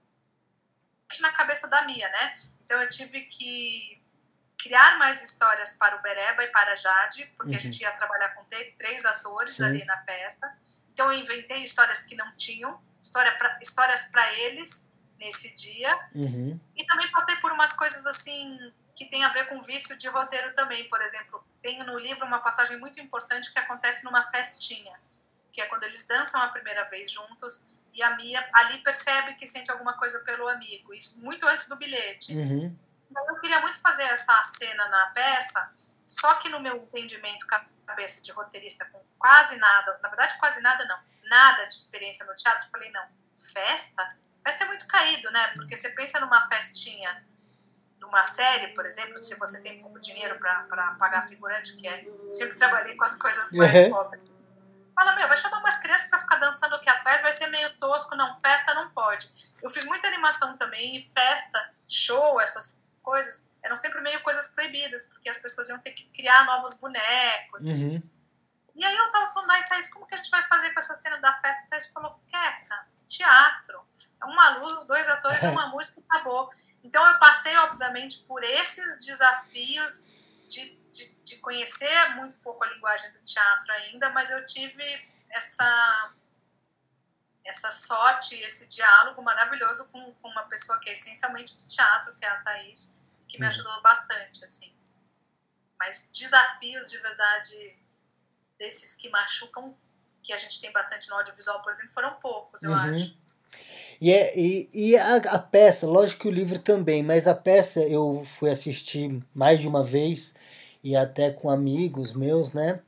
na cabeça da Mia, né? Então eu tive que criar mais histórias para o Bereba e para a Jade, porque uhum. a gente ia trabalhar com três atores Sim. ali na peça. Então eu inventei histórias que não tinham, história pra, histórias para eles nesse dia. Uhum. E também passei por umas coisas assim que tem a ver com vício de roteiro também. Por exemplo, tem no livro uma passagem muito importante que acontece numa festinha, que é quando eles dançam a primeira vez juntos e a Mia ali percebe que sente alguma coisa pelo amigo, isso muito antes do bilhete. Uhum. Eu queria muito fazer essa cena na peça, só que no meu entendimento, cabeça de roteirista, com quase nada, na verdade quase nada não, nada de experiência no teatro, falei, não, festa? Festa é muito caído, né? Porque você pensa numa festinha, numa série, por exemplo, se você tem pouco dinheiro para pagar figurante, que é, sempre trabalhei com as coisas mais uhum. pobres. Fala, meu, vai chamar umas crianças para ficar dançando aqui atrás, vai ser meio tosco, não, festa não pode. Eu fiz muita animação também, e festa, show, essas coisas, eram sempre meio coisas proibidas, porque as pessoas iam ter que criar novos bonecos. Uhum. E aí eu tava falando, ai, Thaís, como que a gente vai fazer com essa cena da festa? A Thaís falou, Queca, teatro. É uma luz, os dois atores, uma música e acabou. Então eu passei, obviamente, por esses desafios de, de, de conhecer muito pouco a linguagem do teatro ainda, mas eu tive essa... essa sorte, esse diálogo maravilhoso com, com uma pessoa que é essencialmente do teatro, que é a Thaís, que me ajudou bastante, assim. Mas desafios, de verdade, desses que machucam, que a gente tem bastante no audiovisual, por exemplo, foram poucos, eu uhum. acho. E, é, e, e a, a peça, lógico que o livro também, mas a peça eu fui assistir mais de uma vez, e até com amigos meus, né?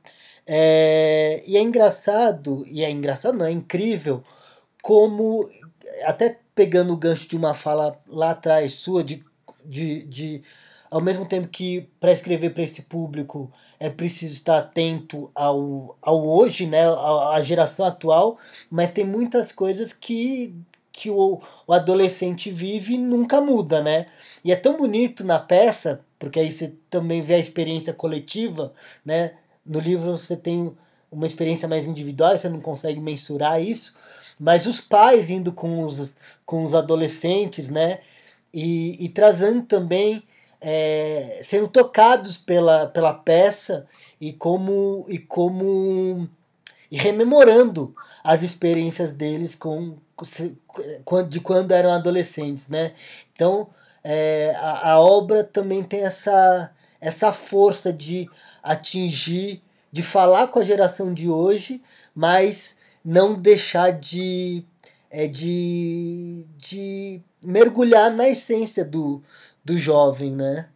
É, e é engraçado, e é engraçado, não, é incrível, como, até pegando o gancho de uma fala lá atrás sua, de, de, de ao mesmo tempo que para escrever para esse público é preciso estar atento ao, ao hoje, né, à, à geração atual, mas tem muitas coisas que, que o, o adolescente vive e nunca muda, né? E é tão bonito na peça, porque aí você também vê a experiência coletiva, né? No livro você tem uma experiência mais individual, você não consegue mensurar isso, mas os pais indo com os, com os adolescentes, né? E, e trazendo também, é, sendo tocados pela, pela peça e como, e como e rememorando as experiências deles com, com de quando eram adolescentes, né? Então é, a, a obra também tem essa, essa força de atingir, de falar com a geração de hoje, mas não deixar de, é, de, de mergulhar na essência do, do jovem, né?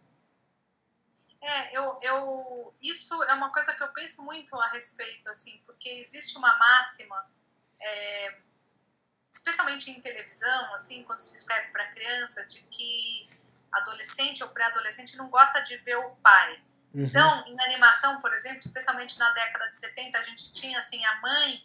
É, eu, eu, isso é uma coisa que eu penso muito a respeito, assim, porque existe uma máxima, é, especialmente em televisão, assim, quando se escreve para criança, de que adolescente ou pré-adolescente não gosta de ver o pai. Uhum. Então, em animação, por exemplo, especialmente na década de setenta, a gente tinha, assim, a mãe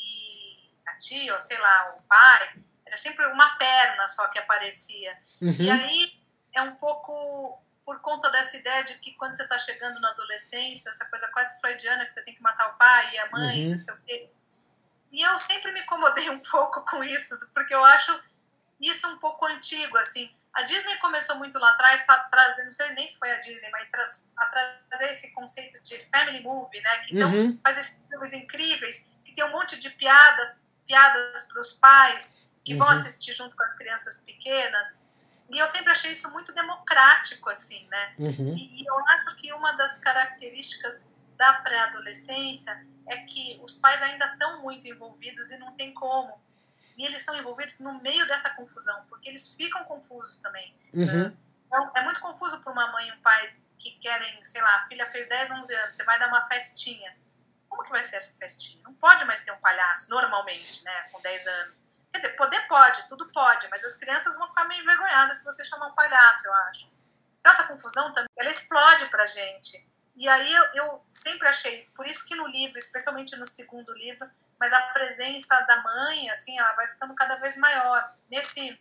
e a tia, ou sei lá, o pai, era sempre uma perna só que aparecia. Uhum. E aí é um pouco por conta dessa ideia de que quando você está chegando na adolescência, essa coisa quase freudiana, que você tem que matar o pai e a mãe, uhum. não sei o quê. E eu sempre me incomodei um pouco com isso, porque eu acho isso um pouco antigo, assim. A Disney começou muito lá atrás para trazer, não sei nem se foi a Disney, mas tra a trazer esse conceito de family movie, né? Que então uhum. faz esses filmes incríveis, que tem um monte de piada, piadas para os pais que uhum. vão assistir junto com as crianças pequenas. E eu sempre achei isso muito democrático, assim, né? Uhum. E, e eu acho que uma das características da pré-adolescência é que os pais ainda estão muito envolvidos e não tem como. E eles estão envolvidos no meio dessa confusão, porque eles ficam confusos também. Uhum. Né? Então, é muito confuso para uma mãe e um pai que querem, sei lá, a filha fez dez, onze anos, você vai dar uma festinha. Como que vai ser essa festinha? Não pode mais ter um palhaço, normalmente, né, com dez anos. Quer dizer, poder pode, tudo pode, mas as crianças vão ficar meio envergonhadas se você chamar um palhaço, eu acho. Então, essa confusão também, ela explode pra gente. E aí eu, eu sempre achei, por isso que no livro, especialmente no segundo livro, mas a presença da mãe, assim, ela vai ficando cada vez maior. Nesse,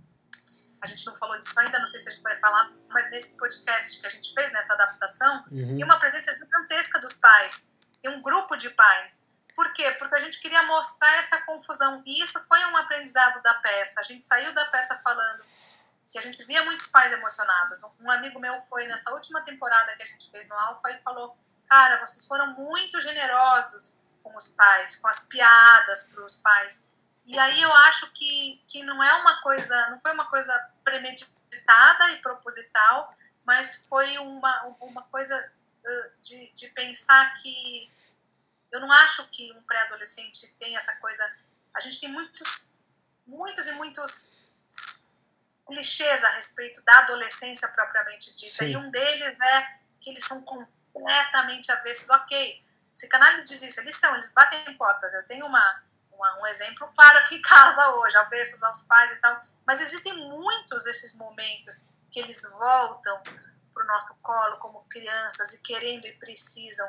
a gente não falou disso ainda, não sei se a gente vai falar, mas nesse podcast que a gente fez, nessa adaptação, uhum. tem uma presença gigantesca dos pais, tem um grupo de pais. Por quê? Porque a gente queria mostrar essa confusão. E isso foi um aprendizado da peça. A gente saiu da peça falando que a gente via muitos pais emocionados. Um amigo meu foi nessa última temporada que a gente fez no Alfa e falou: cara, vocês foram muito generosos com os pais, com as piadas para os pais. E aí eu acho que, que não é uma coisa, não foi uma coisa premeditada e proposital, mas foi uma, uma coisa de, de pensar que eu não acho que um pré-adolescente tem essa coisa. A gente tem muitos, muitos e muitos clichês a respeito da adolescência propriamente dita. Sim. E um deles é que eles são completamente avessos. Ok, psicanálise diz isso, eles são, eles batem em portas. Eu tenho uma, uma, um exemplo claro aqui em casa hoje, avessos aos pais e tal. Mas existem muitos desses momentos que eles voltam para o nosso colo como crianças e querendo e precisam.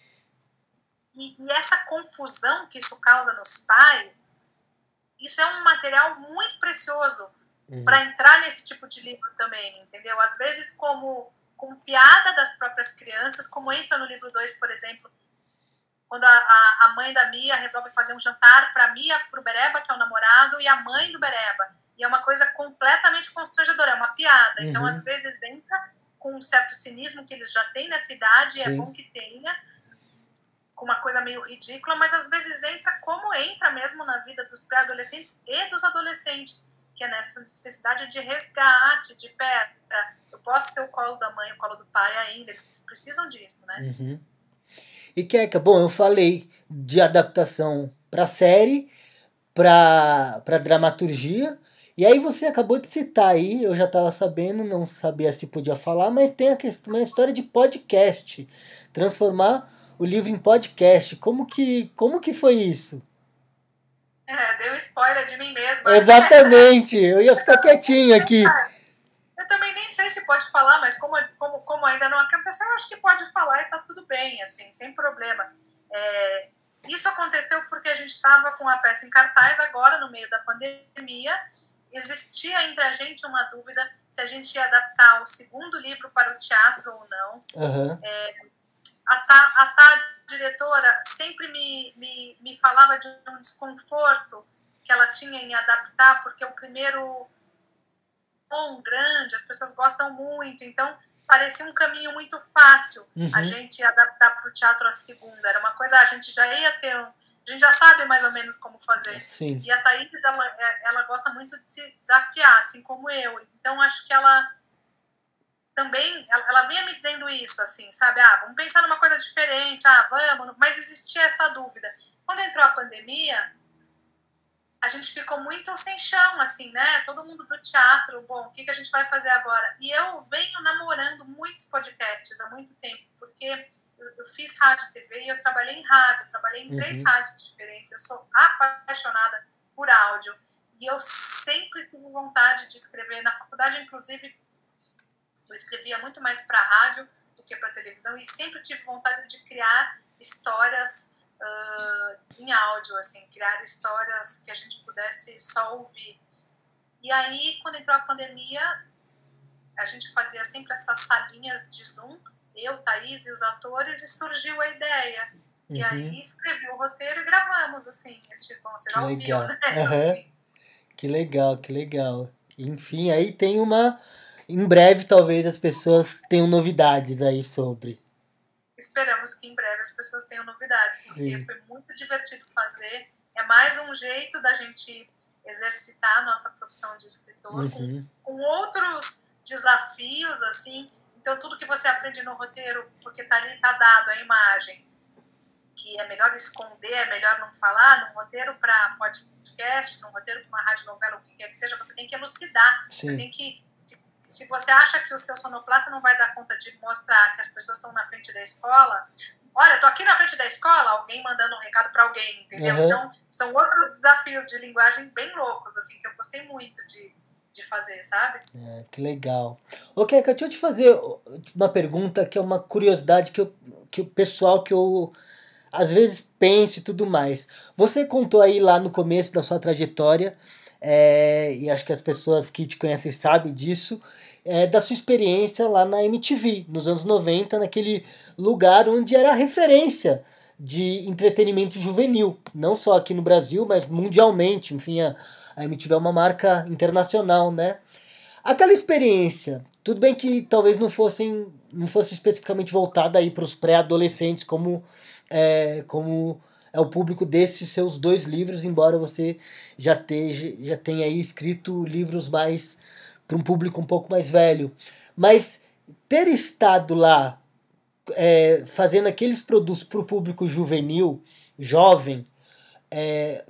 E, e essa confusão que isso causa nos pais, isso é um material muito precioso uhum. para entrar nesse tipo de livro também, entendeu? Às vezes como, como piada das próprias crianças, como entra no livro dois, por exemplo, quando a, a, a mãe da Mia resolve fazer um jantar para a Mia, para o Bereba, que é o namorado, e a mãe do Bereba. E é uma coisa completamente constrangedora, é uma piada. Uhum. Então, às vezes, entra com um certo cinismo que eles já têm nessa idade, Sim. é bom que tenha, com uma coisa meio ridícula, mas às vezes entra como entra mesmo na vida dos pré-adolescentes e dos adolescentes, que é nessa necessidade de resgate, de pera, eu posso ter o colo da mãe, o colo do pai ainda, eles precisam disso, né? Uhum. E Keca, bom, eu falei de adaptação para série, para para dramaturgia, e aí você acabou de citar aí, eu já estava sabendo, não sabia se podia falar, mas tem a questão, a história de podcast, transformar o livro em podcast. Como que, como que foi isso? É, deu spoiler de mim mesma. Exatamente, eu ia ficar quietinho aqui. Eu também nem sei se pode falar, mas como, como, como ainda não aconteceu, eu acho que pode falar e tá tudo bem, assim, sem problema. É, isso aconteceu porque a gente estava com a peça em cartaz agora, no meio da pandemia. Existia entre a gente uma dúvida se a gente ia adaptar o segundo livro para o teatro ou não. Uhum. É, a Tá, a tá diretora sempre me, me, me falava de um desconforto que ela tinha em adaptar, porque o primeiro bom, grande, as pessoas gostam muito, então parecia um caminho muito fácil uhum. a gente adaptar para o teatro a segunda. Era uma coisa, a gente já ia ter um, a gente já sabe mais ou menos como fazer. Sim. E a Thaís, ela, ela gosta muito de se desafiar, assim como eu. Então, acho que ela também, ela, ela vinha me dizendo isso, assim, sabe? Ah, vamos pensar numa coisa diferente, ah, vamos. Mas existia essa dúvida. Quando entrou a pandemia, a gente ficou muito sem chão, assim, né? Todo mundo do teatro, bom, o que, que a gente vai fazer agora? E eu venho namorando muitos podcasts há muito tempo, porque eu, eu fiz rádio e T V e eu trabalhei em rádio, eu trabalhei em uhum. três rádios diferentes, eu sou apaixonada por áudio. E eu sempre tive vontade de escrever. Na faculdade, inclusive, eu escrevia muito mais para rádio do que para televisão e sempre tive vontade de criar histórias uh, em áudio, assim, criar histórias que a gente pudesse só ouvir. E aí, quando entrou a pandemia, a gente fazia sempre essas salinhas de Zoom, eu, Thaís e os atores, e surgiu a ideia. Uhum. E aí escrevi o roteiro e gravamos, assim. Tipo, você já ouviu, né? Uhum. Que legal, que legal. Enfim, aí tem uma... Em breve, talvez, as pessoas tenham novidades aí sobre. Esperamos que em breve as pessoas tenham novidades, porque Sim. foi muito divertido fazer. É mais um jeito da gente exercitar a nossa profissão de escritor, uhum. com, com outros desafios, assim. Então, tudo que você aprende no roteiro, porque tá ali, tá dado a imagem, que é melhor esconder, é melhor não falar, num roteiro para podcast, num roteiro para uma radionovela, o que quer que seja, você tem que elucidar. Sim. Você tem que... Se você acha que o seu sonoplasta não vai dar conta de mostrar que as pessoas estão na frente da escola, olha, tô aqui na frente da escola, alguém mandando um recado para alguém, entendeu? Uhum. Então, são outros desafios de linguagem bem loucos, assim, que eu gostei muito de, de fazer, sabe? É, que legal. Ok, deixa eu te fazer uma pergunta que é uma curiosidade que, eu, que o pessoal que eu às vezes penso e tudo mais. Você contou aí lá no começo da sua trajetória, É, e acho que as pessoas que te conhecem sabem disso, é, da sua experiência lá na M T V, nos anos noventa, naquele lugar onde era a referência de entretenimento juvenil, não só aqui no Brasil, mas mundialmente. Enfim, a, a M T V é uma marca internacional, né? Aquela experiência, tudo bem que talvez não, fossem, não fosse especificamente voltada aí para os pré-adolescentes, como... É, como é o público desses seus dois livros, embora você já, teja, já tenha aí escrito livros mais para um público um pouco mais velho. Mas ter estado lá é, fazendo aqueles produtos para o público juvenil, jovem, é,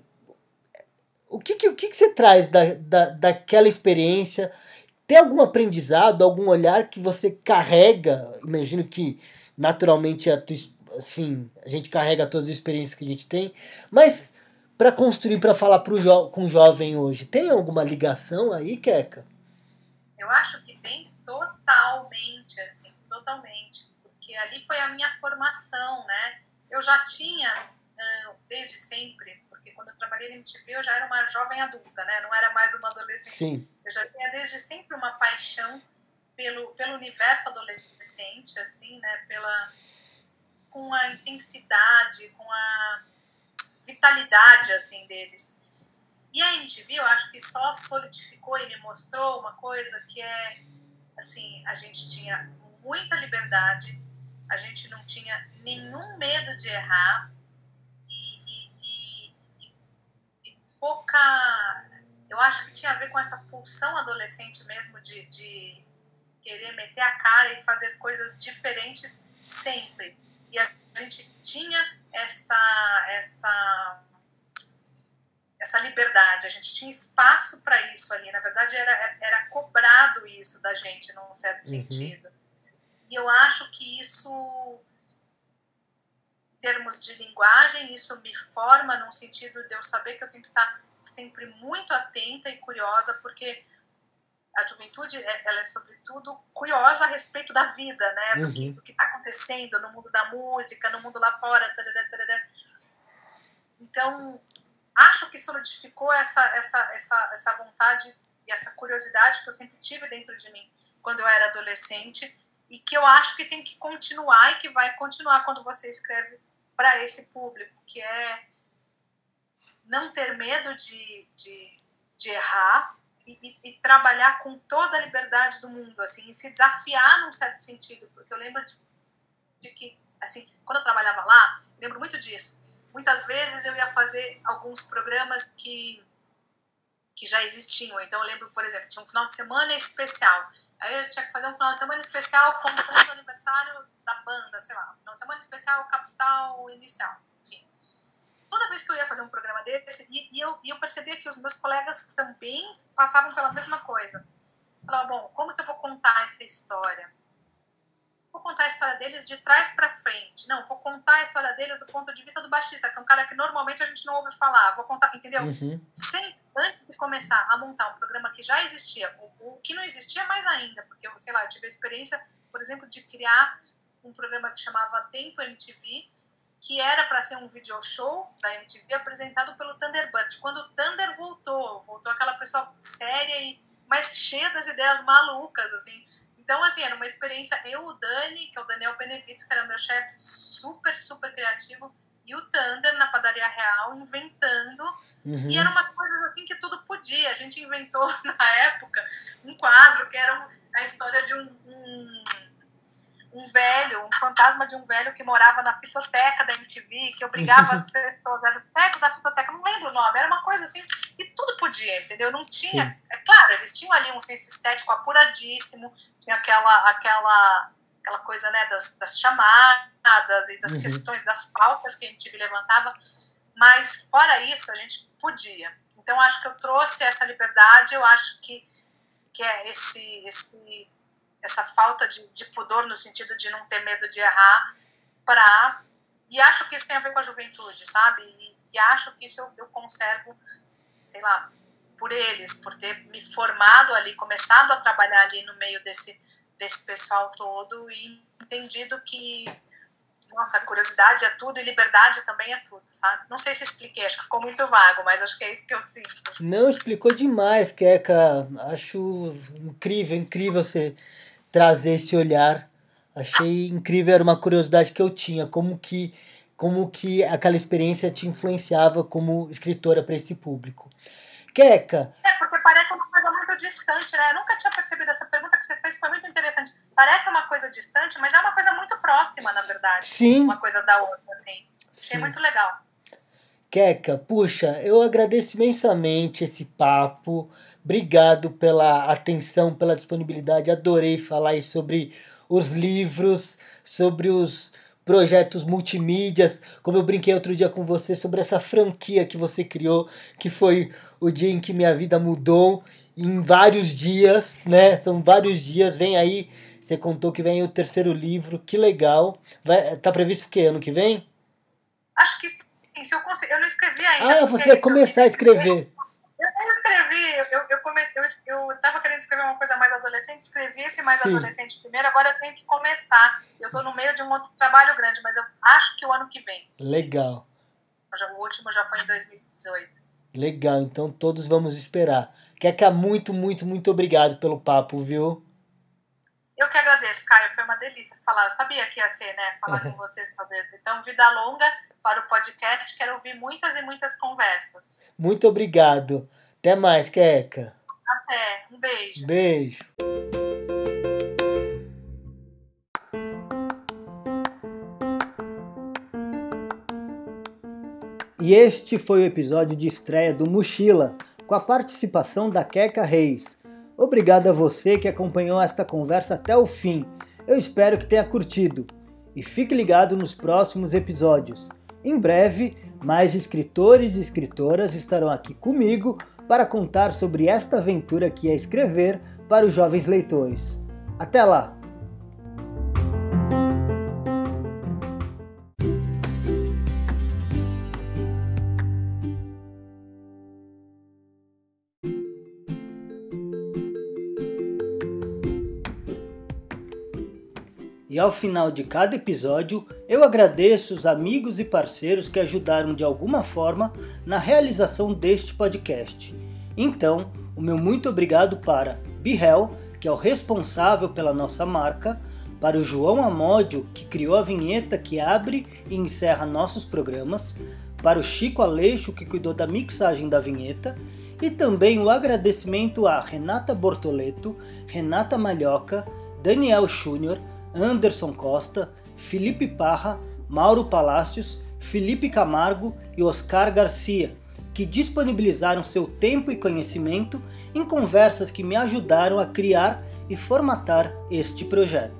o, que, que, o que, que você traz da, da, daquela experiência? Tem algum aprendizado, algum olhar que você carrega? Imagino que naturalmente a tua assim, a gente carrega todas as experiências que a gente tem, mas para construir, para falar pro jo- com o jovem hoje, tem alguma ligação aí, Queca? Eu acho que tem totalmente, assim, totalmente, porque ali foi a minha formação, né? Eu já tinha, desde sempre, porque quando eu trabalhei na M T V eu já era uma jovem adulta, né? Não era mais uma adolescente. Sim. Eu já tinha desde sempre uma paixão pelo, pelo universo adolescente, assim, né? Pela... com a intensidade, com a vitalidade, assim, deles. E a M T V, eu acho que só solidificou e me mostrou uma coisa que é, assim, a gente tinha muita liberdade, a gente não tinha nenhum medo de errar e, e, e, e, e pouca... Eu acho que tinha a ver com essa pulsão adolescente mesmo de, de querer meter a cara e fazer coisas diferentes sempre. E a gente tinha essa, essa, essa liberdade, a gente tinha espaço para isso ali. Na verdade, era, era cobrado isso da gente, num certo uhum. sentido. E eu acho que isso termos de linguagem, isso me forma num sentido de eu saber que eu tenho que estar sempre muito atenta e curiosa, porque a juventude, ela é sobretudo curiosa a respeito da vida, né? Do que, do que está acontecendo no mundo da música, no mundo lá fora. Tarará, tarará. Então, acho que solidificou essa, essa, essa, essa vontade e essa curiosidade que eu sempre tive dentro de mim quando eu era adolescente, e que eu acho que tem que continuar e que vai continuar quando você escreve para esse público, que é não ter medo de, de, de errar e, e, e trabalhar com toda a liberdade do mundo, assim, e se desafiar num certo sentido, porque eu lembro de, de que, assim, quando eu trabalhava lá, eu lembro muito disso. Muitas vezes eu ia fazer alguns programas que que já existiam. Então eu lembro, por exemplo, tinha um final de semana especial. Aí eu tinha que fazer um final de semana especial contando o aniversário da banda, sei lá. Final de semana especial Capital Inicial. Enfim. Toda vez que eu ia fazer um programa desse, e, e, eu, e eu percebia que os meus colegas também passavam pela mesma coisa. Eu falava, bom, como que eu vou contar essa história? Vou contar a história deles de trás para frente. Não, vou contar a história deles do ponto de vista do baixista, que é um cara que normalmente a gente não ouve falar. Vou contar, entendeu? Uhum. Sempre, antes de começar a montar um programa que já existia, o, o que não existia mais ainda, porque, sei lá, eu tive a experiência, por exemplo, de criar um programa que chamava Tempo M T V, que era para ser um video show da M T V apresentado pelo Thunderbird. Quando o Thunder voltou, voltou aquela pessoa séria e mais cheia das ideias malucas, assim. Então, assim, era uma experiência, eu, o Dani, que é o Daniel Benevides, que era meu chefe, super, super criativo, e o Thunder na Padaria Real, inventando, uhum. E eram umas coisas assim que tudo podia. A gente inventou, na época, um quadro que era um, a história de um, um, um velho, um fantasma de um velho que morava na fitoteca da M T V, que obrigava as pessoas, era o cego da fitoteca, não lembro o nome, era uma coisa assim, e tudo podia, entendeu? Não tinha, Sim. É claro, eles tinham ali um senso estético apuradíssimo, tinha aquela, aquela, aquela coisa, né, das, das chamadas e das uhum. questões, das pautas que a M T V levantava, mas fora isso a gente podia. Então acho que eu trouxe essa liberdade, eu acho que, que é esse, esse, essa falta de, de pudor no sentido de não ter medo de errar, pra, e acho que isso tem a ver com a juventude, sabe? E, e acho que isso eu, eu conservo, sei lá, por eles, por ter me formado ali, começado a trabalhar ali no meio desse, desse pessoal todo e entendido que, nossa, curiosidade é tudo e liberdade também é tudo, sabe? Não sei se expliquei, acho que ficou muito vago, mas acho que é isso que eu sinto. Não, explicou demais, Keka. Acho incrível, incrível você trazer esse olhar. Achei incrível, era uma curiosidade que eu tinha, como que, como que aquela experiência te influenciava como escritora para esse público. Keka. É, porque parece uma coisa muito distante, né? Eu nunca tinha percebido, essa pergunta que você fez foi muito interessante. Parece uma coisa distante, mas é uma coisa muito próxima, na verdade. Sim. Uma coisa da outra, assim. Achei muito legal. Keka, puxa, eu agradeço imensamente esse papo. Obrigado pela atenção, pela disponibilidade. Adorei falar sobre os livros, sobre os projetos multimídias, como eu brinquei outro dia com você, sobre essa franquia que você criou, que foi o dia em que minha vida mudou, em vários dias, né? São vários dias, vem aí, você contou que vem aí o terceiro livro, que legal. Vai, tá previsto o quê? Ano que vem? Acho que sim, se eu conseguir, eu não escrevi ainda. Ah, você vai começar a escrever. Eu não escrevi, eu, eu comecei, eu, eu tava querendo escrever uma coisa mais adolescente, escrevi esse mais Sim. adolescente primeiro, agora eu tenho que começar. Eu tô no meio de um outro trabalho grande, mas eu acho que o ano que vem. Legal. O último já foi em dois mil e dezoito. Legal, então todos vamos esperar. Keka, muito, muito, muito obrigado pelo papo, viu? Eu que agradeço, Caio, foi uma delícia falar. Eu sabia que ia ser, né, falar com vocês sobre isso. Então, vida longa para o podcast, quero ouvir muitas e muitas conversas. Muito obrigado. Até mais, Keka. Até, um beijo. Beijo. E este foi o episódio de estreia do Mochila, com a participação da Keka Reis. Obrigado a você que acompanhou esta conversa até o fim. Eu espero que tenha curtido. E fique ligado nos próximos episódios. Em breve, mais escritores e escritoras estarão aqui comigo para contar sobre esta aventura que é escrever para os jovens leitores. Até lá! E ao final de cada episódio, eu agradeço os amigos e parceiros que ajudaram de alguma forma na realização deste podcast. Então, o meu muito obrigado para Bihel, que é o responsável pela nossa marca, para o João Amódio, que criou a vinheta que abre e encerra nossos programas, para o Chico Aleixo, que cuidou da mixagem da vinheta, e também o agradecimento a Renata Bortoleto, Renata Malhoca, Daniel Júnior, Anderson Costa, Felipe Parra, Mauro Palácios, Felipe Camargo e Oscar Garcia, que disponibilizaram seu tempo e conhecimento em conversas que me ajudaram a criar e formatar este projeto.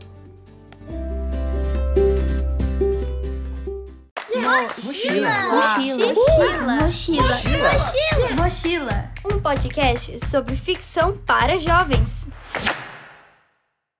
Mochila. Mochila. Mochila. Mochila. Mochila. Um podcast sobre ficção para jovens.